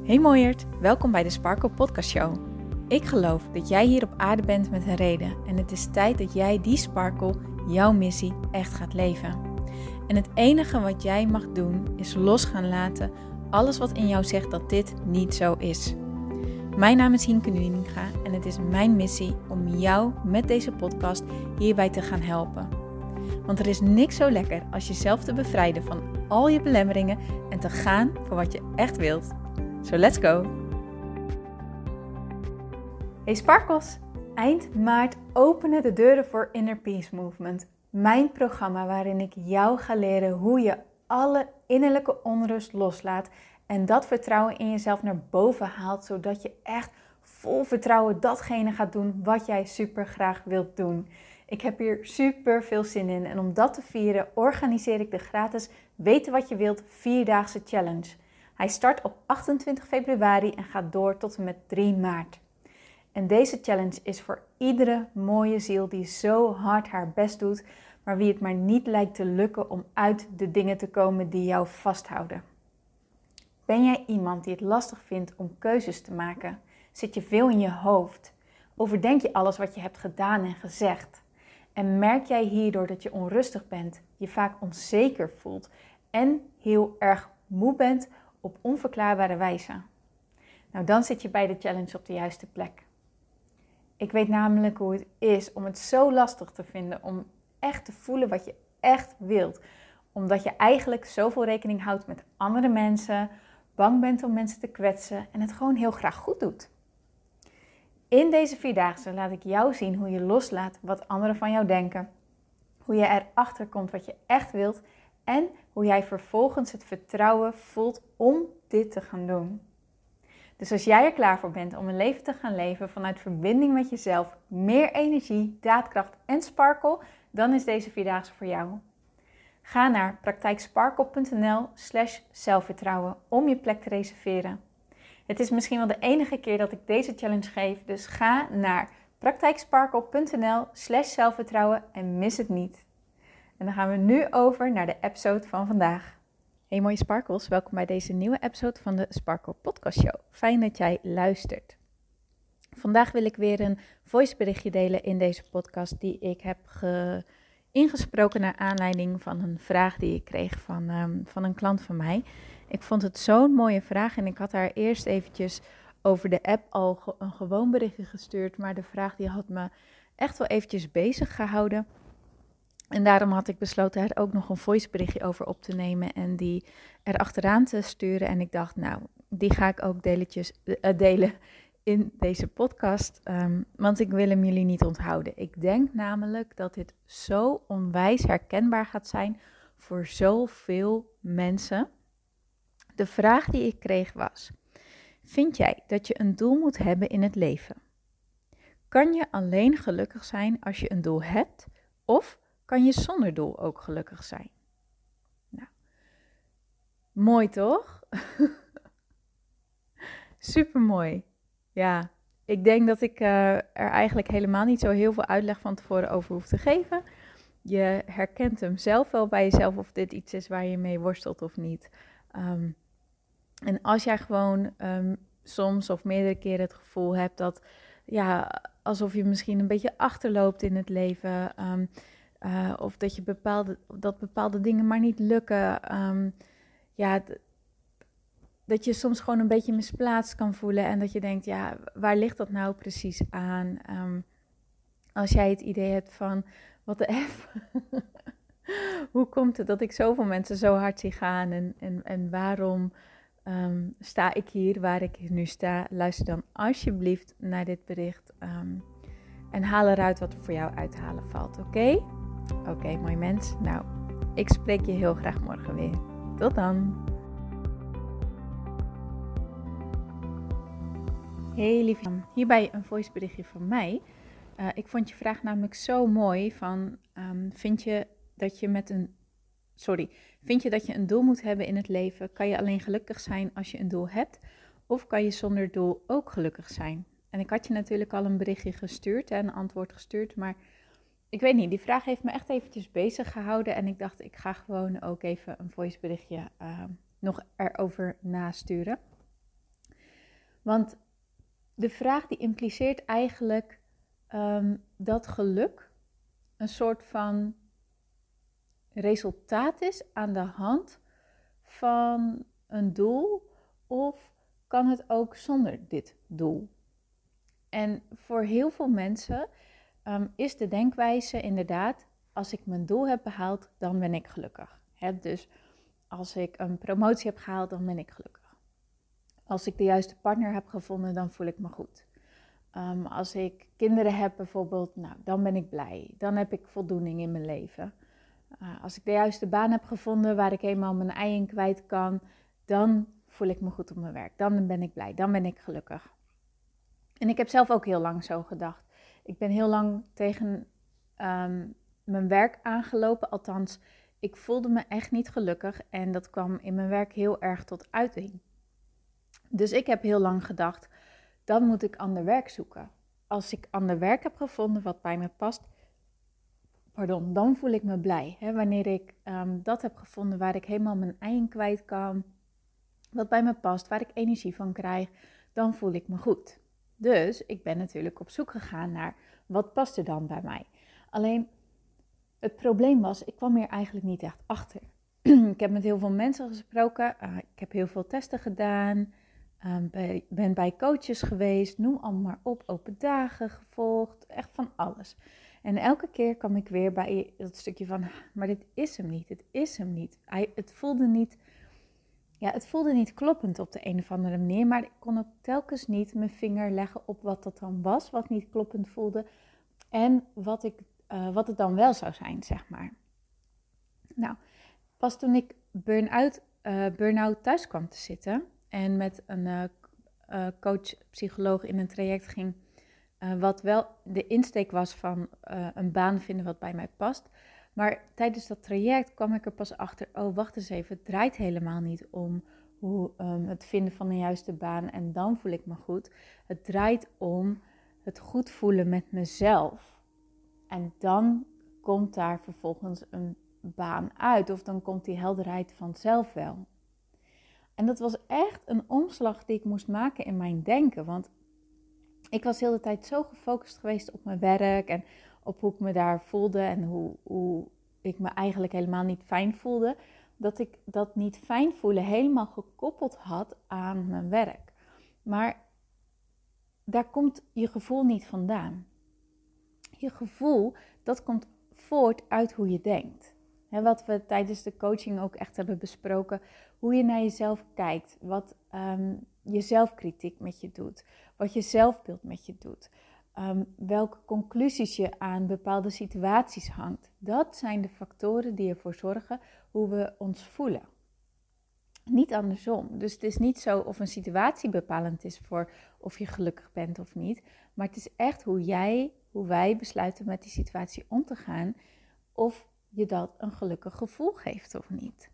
Hey mooiert, welkom bij de Sparkle Podcast Show. Ik geloof dat jij hier op aarde bent met een reden en het is tijd dat jij die sparkle, jouw missie, echt gaat leven. En het enige wat jij mag doen is los gaan laten alles wat in jou zegt dat dit niet zo is. Mijn naam is Hienke Nuninga en het is mijn missie om jou met deze podcast hierbij te gaan helpen. Want er is niks zo lekker als jezelf te bevrijden van al je belemmeringen en te gaan voor wat je echt wilt. So let's go! Hey Sparkles! Eind maart openen de deuren voor Inner Peace Movement. Mijn programma waarin ik jou ga leren hoe je alle innerlijke onrust loslaat en dat vertrouwen in jezelf naar boven haalt, zodat je echt vol vertrouwen datgene gaat doen wat jij super graag wilt doen. Ik heb hier super veel zin in en om dat te vieren organiseer ik de gratis Weten wat je wilt 4-daagse challenge. Hij start op 28 februari en gaat door tot en met 3 maart. En deze challenge is voor iedere mooie ziel die zo hard haar best doet, maar wie het maar niet lijkt te lukken om uit de dingen te komen die jou vasthouden. Ben jij iemand die het lastig vindt om keuzes te maken? Zit je veel in je hoofd? Overdenk je alles wat je hebt gedaan en gezegd? En merk jij hierdoor dat je onrustig bent, je vaak onzeker voelt en heel erg moe bent op onverklaarbare wijze? Nou, dan zit je bij de challenge op de juiste plek. Ik weet namelijk hoe het is om het zo lastig te vinden om echt te voelen wat je echt wilt. Omdat je eigenlijk zoveel rekening houdt met andere mensen, bang bent om mensen te kwetsen en het gewoon heel graag goed doet. In deze 4-daagse laat ik jou zien hoe je loslaat wat anderen van jou denken. Hoe je erachter komt wat je echt wilt en hoe jij vervolgens het vertrouwen voelt om dit te gaan doen. Dus als jij er klaar voor bent om een leven te gaan leven vanuit verbinding met jezelf, meer energie, daadkracht en sparkle, dan is deze 4-daagse voor jou. Ga naar praktijksparkle.nl/zelfvertrouwen om je plek te reserveren. Het is misschien wel de enige keer dat ik deze challenge geef, dus ga naar praktijksparkle.nl/zelfvertrouwen en mis het niet. En dan gaan we nu over naar de episode van vandaag. Hey mooie Sparkles, welkom bij deze nieuwe episode van de Sparkle Podcast Show. Fijn dat jij luistert. Vandaag wil ik weer een voiceberichtje delen in deze podcast die ik heb ingesproken naar aanleiding van een vraag die ik kreeg van een klant van mij. Ik vond het zo'n mooie vraag en ik had haar eerst eventjes over de app al een gewoon berichtje gestuurd, maar de vraag die had me echt wel eventjes bezig gehouden. En daarom had ik besloten er ook nog een voiceberichtje over op te nemen en die er achteraan te sturen. En ik dacht, nou, die ga ik ook delen in deze podcast, want ik wil hem jullie niet onthouden. Ik denk namelijk dat dit zo onwijs herkenbaar gaat zijn voor zoveel mensen. De vraag die ik kreeg was: vind jij dat je een doel moet hebben in het leven? Kan je alleen gelukkig zijn als je een doel hebt of kan je zonder doel ook gelukkig zijn? Nou, mooi toch? Supermooi. Ja, ik denk dat ik er eigenlijk helemaal niet zo heel veel uitleg van tevoren over hoef te geven. Je herkent hem zelf wel bij jezelf of dit iets is waar je mee worstelt of niet. En als jij gewoon soms of meerdere keren het gevoel hebt dat, ja, alsof je misschien een beetje achterloopt in het leven, of dat je bepaalde dingen maar niet lukken, dat je soms gewoon een beetje misplaatst kan voelen en dat je denkt, ja, waar ligt dat nou precies aan? Als jij het idee hebt van, wat de F, hoe komt het dat ik zoveel mensen zo hard zie gaan en waarom sta ik hier waar ik nu sta? Luister dan alsjeblieft naar dit bericht en haal eruit wat er voor jou uit te halen valt, oké? Oké, mooi mens. Nou, ik spreek je heel graag morgen weer. Tot dan! Hey lieve, hierbij een voiceberichtje van mij. Ik vond je vraag namelijk zo mooi van, vind je dat je een doel moet hebben in het leven? Kan je alleen gelukkig zijn als je een doel hebt? Of kan je zonder doel ook gelukkig zijn? En ik had je natuurlijk al een berichtje gestuurd, een antwoord gestuurd, maar ik weet niet, die vraag heeft me echt eventjes bezig gehouden en ik dacht, ik ga gewoon ook even een voiceberichtje nog erover nasturen. Want de vraag die impliceert eigenlijk dat geluk een soort van resultaat is aan de hand van een doel, of kan het ook zonder dit doel? En voor heel veel mensen is de denkwijze inderdaad, als ik mijn doel heb behaald, dan ben ik gelukkig. Dus als ik een promotie heb gehaald, dan ben ik gelukkig. Als ik de juiste partner heb gevonden, dan voel ik me goed. Als ik kinderen heb bijvoorbeeld, dan ben ik blij. Dan heb ik voldoening in mijn leven. Als ik de juiste baan heb gevonden waar ik helemaal mijn ei in kwijt kan, dan voel ik me goed op mijn werk. Dan ben ik blij, dan ben ik gelukkig. En ik heb zelf ook heel lang zo gedacht. Ik ben heel lang tegen mijn werk aangelopen. Althans, ik voelde me echt niet gelukkig. En dat kwam in mijn werk heel erg tot uiting. Dus ik heb heel lang gedacht, dan moet ik ander werk zoeken. Als ik ander werk heb gevonden wat bij me past, dan voel ik me blij. Wanneer ik dat heb gevonden waar ik helemaal mijn ei in kwijt kan, wat bij me past, waar ik energie van krijg, dan voel ik me goed. Dus ik ben natuurlijk op zoek gegaan naar wat past er dan bij mij. Alleen het probleem was, ik kwam hier eigenlijk niet echt achter. Ik heb met heel veel mensen gesproken, ik heb heel veel testen gedaan, ben bij coaches geweest, noem allemaal maar op, open dagen gevolgd, echt van alles. En elke keer kwam ik weer bij dat stukje van, maar dit is hem niet, het is hem niet. Het voelde niet kloppend op de een of andere manier, maar ik kon ook telkens niet mijn vinger leggen op wat dat dan was, wat niet kloppend voelde en wat het dan wel zou zijn, zeg maar. Nou, pas toen ik burn-out thuis kwam te zitten en met een coach-psycholoog in een traject ging, wat wel de insteek was van een baan vinden wat bij mij past. Maar tijdens dat traject kwam ik er pas achter, oh wacht eens even, het draait helemaal niet om het vinden van de juiste baan en dan voel ik me goed. Het draait om het goed voelen met mezelf. En dan komt daar vervolgens een baan uit of dan komt die helderheid vanzelf wel. En dat was echt een omslag die ik moest maken in mijn denken, want ik was de hele tijd zo gefocust geweest op mijn werk en op hoe ik me daar voelde en hoe ik me eigenlijk helemaal niet fijn voelde, dat ik dat niet fijn voelen helemaal gekoppeld had aan mijn werk. Maar daar komt je gevoel niet vandaan. Je gevoel, dat komt voort uit hoe je denkt. Wat we tijdens de coaching ook echt hebben besproken, hoe je naar jezelf kijkt, wat je zelfkritiek met je doet, wat je zelfbeeld met je doet, welke conclusies je aan bepaalde situaties hangt. Dat zijn de factoren die ervoor zorgen hoe we ons voelen. Niet andersom. Dus het is niet zo of een situatie bepalend is voor of je gelukkig bent of niet, maar het is echt hoe wij besluiten met die situatie om te gaan, of je dat een gelukkig gevoel geeft of niet.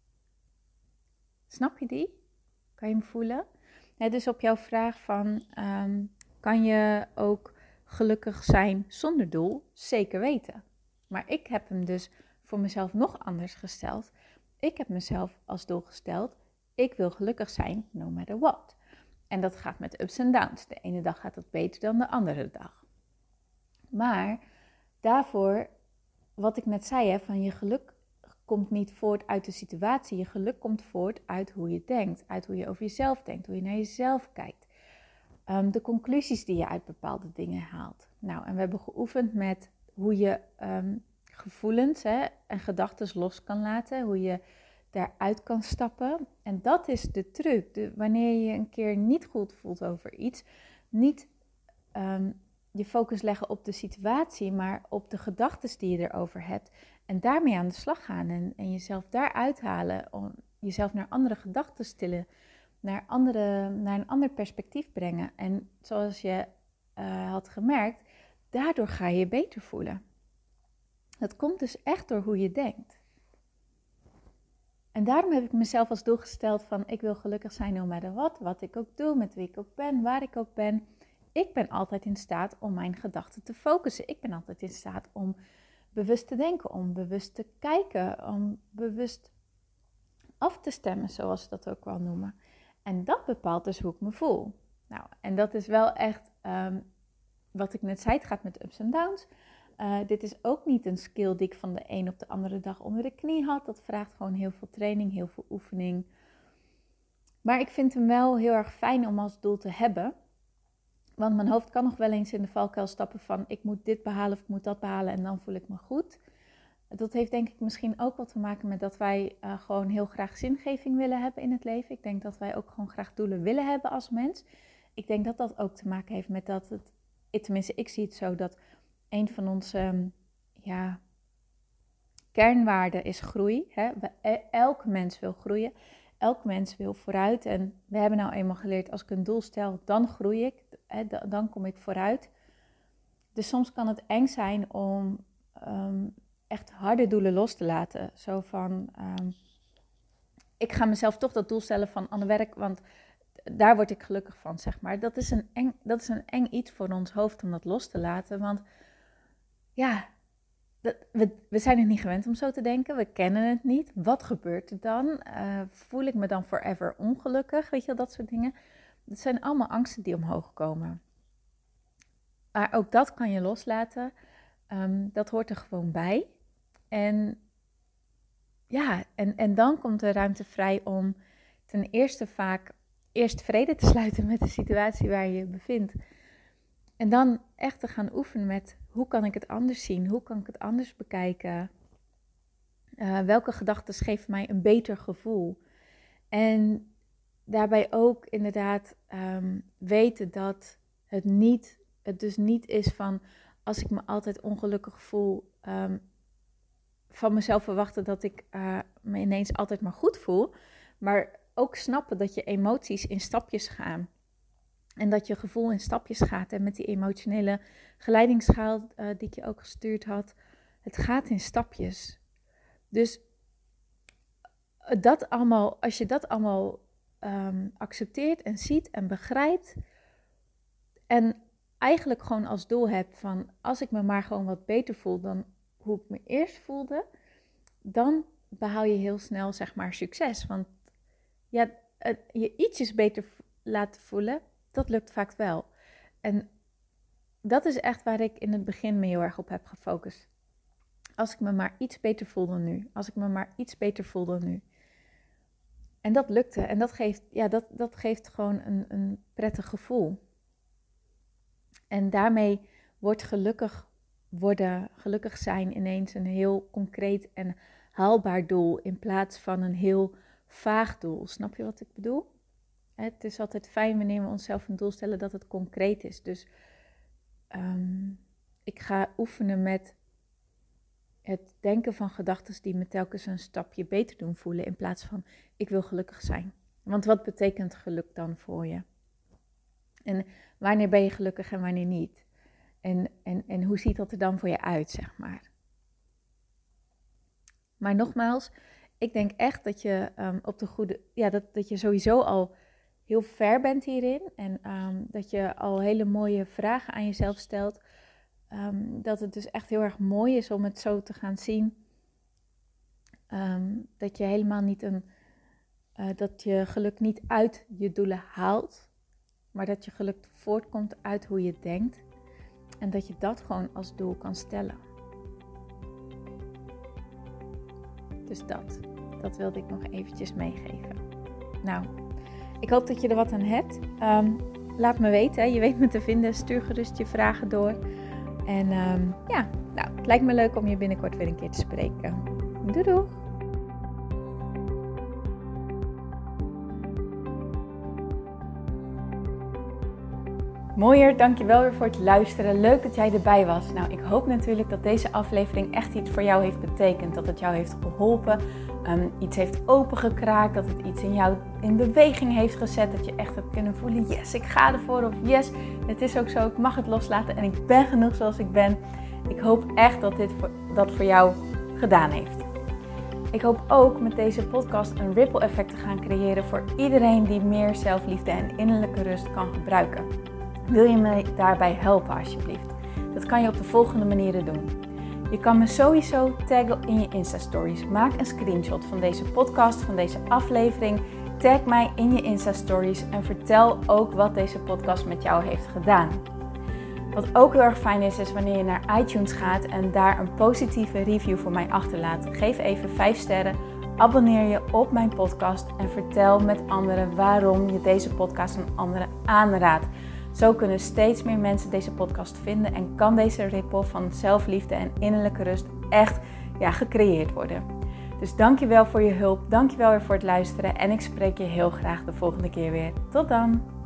Snap je die? Kan je hem voelen? Dus op jouw vraag van, kan je ook gelukkig zijn zonder doel? Zeker weten. Maar ik heb hem dus voor mezelf nog anders gesteld. Ik heb mezelf als doel gesteld, ik wil gelukkig zijn, no matter what. En dat gaat met ups en downs. De ene dag gaat het beter dan de andere dag. Maar daarvoor, wat ik net zei, van je geluk komt niet voort uit de situatie. Je geluk komt voort uit hoe je denkt, uit hoe je over jezelf denkt, hoe je naar jezelf kijkt. De conclusies die je uit bepaalde dingen haalt. Nou, en we hebben geoefend met hoe je gevoelens en gedachten los kan laten, hoe je daaruit kan stappen. En dat is de truc. Wanneer je een keer niet goed voelt over iets, niet je focus leggen op de situatie, maar op de gedachten die je erover hebt. En daarmee aan de slag gaan en jezelf daaruit halen, om jezelf naar andere gedachten stillen, naar een ander perspectief brengen. En zoals je had gemerkt, daardoor ga je je beter voelen. Dat komt dus echt door hoe je denkt. En daarom heb ik mezelf als doel gesteld van, ik wil gelukkig zijn no matter wat ik ook doe, met wie ik ook ben, waar ik ook ben. Ik ben altijd in staat om mijn gedachten te focussen. Ik ben altijd in staat om bewust te denken, om bewust te kijken, om bewust af te stemmen, zoals ze dat ook wel noemen. En dat bepaalt dus hoe ik me voel. Nou, en dat is wel echt wat ik net zei, het gaat met ups en downs. Dit is ook niet een skill die ik van de een op de andere dag onder de knie had. Dat vraagt gewoon heel veel training, heel veel oefening. Maar ik vind hem wel heel erg fijn om als doel te hebben. Want mijn hoofd kan nog wel eens in de valkuil stappen van ik moet dit behalen of ik moet dat behalen en dan voel ik me goed. Dat heeft denk ik misschien ook wat te maken met dat wij gewoon heel graag zingeving willen hebben in het leven. Ik denk dat wij ook gewoon graag doelen willen hebben als mens. Ik denk dat dat ook te maken heeft met dat tenminste ik zie het zo, dat een van onze kernwaarden is groei. Hè? Elke mens wil groeien. Elk mens wil vooruit en we hebben nou eenmaal geleerd, als ik een doel stel, dan groei ik, dan kom ik vooruit. Dus soms kan het eng zijn om echt harde doelen los te laten. Zo van, ik ga mezelf toch dat doel stellen van aan het werk, want daar word ik gelukkig van, zeg maar. Dat is een eng iets voor ons hoofd om dat los te laten, want ja, we zijn het niet gewend om zo te denken. We kennen het niet. Wat gebeurt er dan? Voel ik me dan forever ongelukkig? Weet je wel, dat soort dingen. Dat zijn allemaal angsten die omhoog komen. Maar ook dat kan je loslaten. Dat hoort er gewoon bij. En ja, en dan komt er ruimte vrij om ten eerste vaak eerst vrede te sluiten met de situatie waar je je bevindt. En dan echt te gaan oefenen met hoe kan ik het anders zien? Hoe kan ik het anders bekijken? Welke gedachten geven mij een beter gevoel? En daarbij ook inderdaad weten dat het dus niet is van als ik me altijd ongelukkig voel, van mezelf verwachten dat ik me ineens altijd maar goed voel. Maar ook snappen dat je emoties in stapjes gaan. En dat je gevoel in stapjes gaat. En met die emotionele geleidingsschaal die ik je ook gestuurd had. Het gaat in stapjes. Dus als je dat allemaal accepteert en ziet en begrijpt. En eigenlijk gewoon als doel hebt van als ik me maar gewoon wat beter voel dan hoe ik me eerst voelde. Dan behaal je heel snel zeg maar succes. Want ja, je ietsjes beter laten voelen. Dat lukt vaak wel. En dat is echt waar ik in het begin me heel erg op heb gefocust. Als ik me maar iets beter voel dan nu. Als ik me maar iets beter voel dan nu. En dat lukte. En dat geeft gewoon een prettig gevoel. En daarmee wordt gelukkig zijn ineens een heel concreet en haalbaar doel. In plaats van een heel vaag doel. Snap je wat ik bedoel? Het is altijd fijn wanneer we onszelf een doel stellen dat het concreet is. Dus ik ga oefenen met het denken van gedachten die me telkens een stapje beter doen voelen. In plaats van ik wil gelukkig zijn. Want wat betekent geluk dan voor je? En wanneer ben je gelukkig en wanneer niet? En hoe ziet dat er dan voor je uit, zeg maar? Maar nogmaals, ik denk echt dat je op de goede, dat je sowieso al heel ver bent hierin en dat je al hele mooie vragen aan jezelf stelt. Dat het dus echt heel erg mooi is om het zo te gaan zien. Dat je helemaal niet dat je geluk niet uit je doelen haalt, maar dat je geluk voortkomt uit hoe je denkt. En dat je dat gewoon als doel kan stellen. Dus dat wilde ik nog eventjes meegeven. Nou, ik hoop dat je er wat aan hebt. Laat me weten, hè. Je weet me te vinden. Stuur gerust je vragen door. En het lijkt me leuk om je binnenkort weer een keer te spreken. Doei doei! Mooier, dankjewel weer voor het luisteren. Leuk dat jij erbij was. Nou, ik hoop natuurlijk dat deze aflevering echt iets voor jou heeft betekend. Dat het jou heeft geholpen, iets heeft opengekraakt, dat het iets in jou in beweging heeft gezet. Dat je echt hebt kunnen voelen, yes, ik ga ervoor. Of yes, het is ook zo, ik mag het loslaten en ik ben genoeg zoals ik ben. Ik hoop echt dat dit dat voor jou gedaan heeft. Ik hoop ook met deze podcast een ripple effect te gaan creëren voor iedereen die meer zelfliefde en innerlijke rust kan gebruiken. Wil je me daarbij helpen alsjeblieft? Dat kan je op de volgende manieren doen. Je kan me sowieso taggen in je Insta-stories. Maak een screenshot van deze podcast, van deze aflevering Tag mij in je Insta-stories en vertel ook wat deze podcast met jou heeft gedaan. Wat ook heel erg fijn is wanneer je naar iTunes gaat en daar een positieve review voor mij achterlaat. Geef even 5 sterren, abonneer je op mijn podcast en vertel met anderen waarom je deze podcast aan anderen aanraadt. Zo kunnen steeds meer mensen deze podcast vinden en kan deze ripple van zelfliefde en innerlijke rust echt gecreëerd worden. Dus dankjewel voor je hulp, dankjewel weer voor het luisteren en ik spreek je heel graag de volgende keer weer. Tot dan!